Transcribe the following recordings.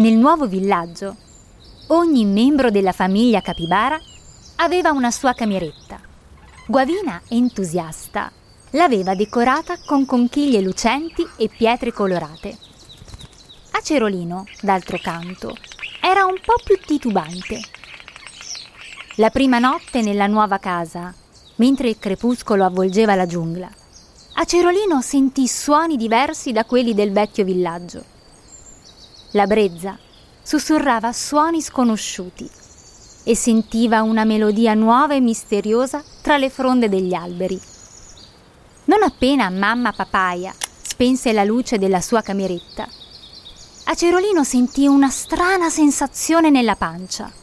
Nel nuovo villaggio, ogni membro della famiglia capibara aveva una sua cameretta. Guavina, entusiasta, l'aveva decorata con conchiglie lucenti e pietre colorate. Acerolino, d'altro canto, era un po' più titubante. La prima notte nella nuova casa, mentre il crepuscolo avvolgeva la giungla, Acerolino sentì suoni diversi da quelli del vecchio villaggio. La brezza sussurrava suoni sconosciuti e sentiva una melodia nuova e misteriosa tra le fronde degli alberi. Non appena mamma Papaya spense la luce della sua cameretta, Acerolino sentì una strana sensazione nella pancia.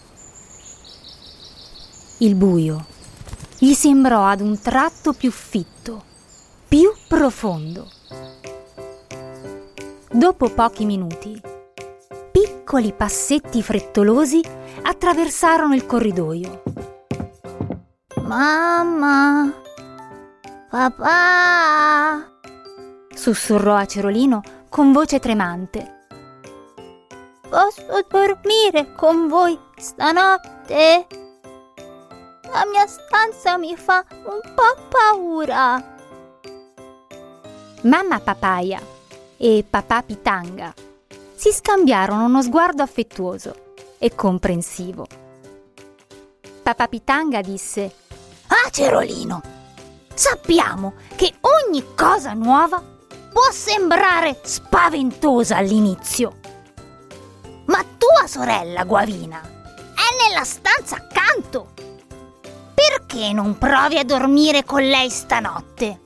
Il buio gli sembrò ad un tratto più fitto, più profondo. Dopo pochi minuti, piccoli passetti frettolosi attraversarono il corridoio. Mamma, papà, sussurrò Acerolino con voce tremante. Posso dormire con voi stanotte? La mia stanza mi fa un po' paura. Mamma Papaya e papà Pitanga si scambiarono uno sguardo affettuoso e comprensivo. Papà Pitanga disse: Acerolino, sappiamo che ogni cosa nuova può sembrare spaventosa all'inizio. Ma tua sorella Guavina è nella stanza accanto. Perché non provi a dormire con lei stanotte?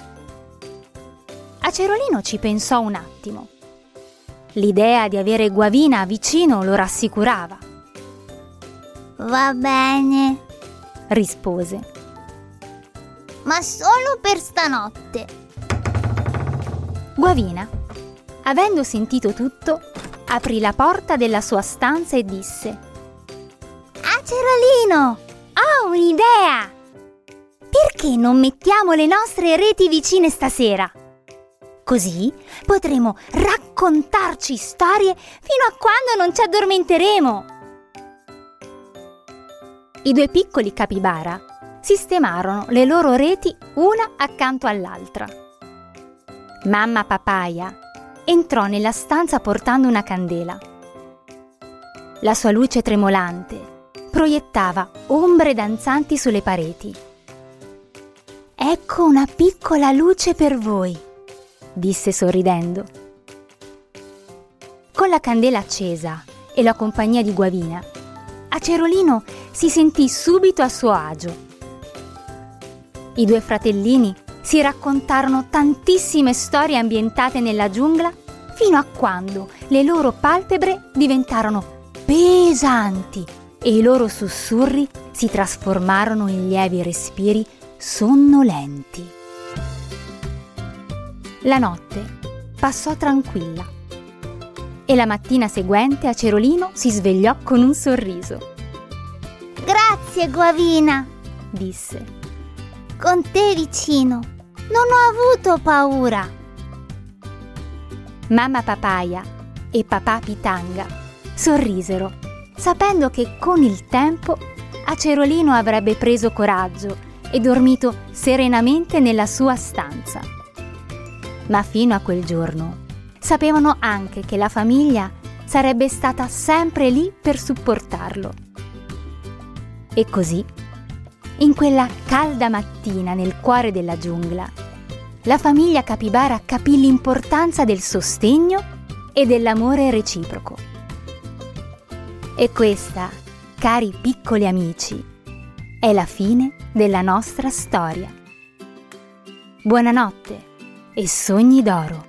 Acerolino ci pensò un attimo. L'idea di avere Guavina vicino lo rassicurava. Va bene, rispose. Ma solo per stanotte. Guavina, avendo sentito tutto, aprì la porta della sua stanza e disse: Acerolino, ho un'idea! Perché non mettiamo le nostre reti vicine stasera? Così potremo raccontarci storie fino a quando non ci addormenteremo. I due piccoli capibara sistemarono le loro reti una accanto all'altra. Mamma Papaya entrò nella stanza portando una candela. La sua luce tremolante proiettava ombre danzanti sulle pareti. «Ecco una piccola luce per voi», disse sorridendo. Con la candela accesa e la compagnia di Guavina, Acerolino si sentì subito a suo agio. I due fratellini si raccontarono tantissime storie ambientate nella giungla fino a quando le loro palpebre diventarono pesanti e i loro sussurri si trasformarono in lievi respiri sonnolenti. La notte passò tranquilla e la mattina seguente Acerolino si svegliò con un sorriso. Grazie, Guavina, disse. Con te vicino non ho avuto paura. Mamma Papaya e papà Pitanga sorrisero, sapendo che con il tempo Acerolino avrebbe preso coraggio e dormito serenamente nella sua stanza. Ma fino a quel giorno sapevano anche che la famiglia sarebbe stata sempre lì per supportarlo. E così, in quella calda mattina nel cuore della giungla, la famiglia capibara capì l'importanza del sostegno e dell'amore reciproco. E questa, cari piccoli amici, è la fine della nostra storia. Buonanotte e sogni d'oro.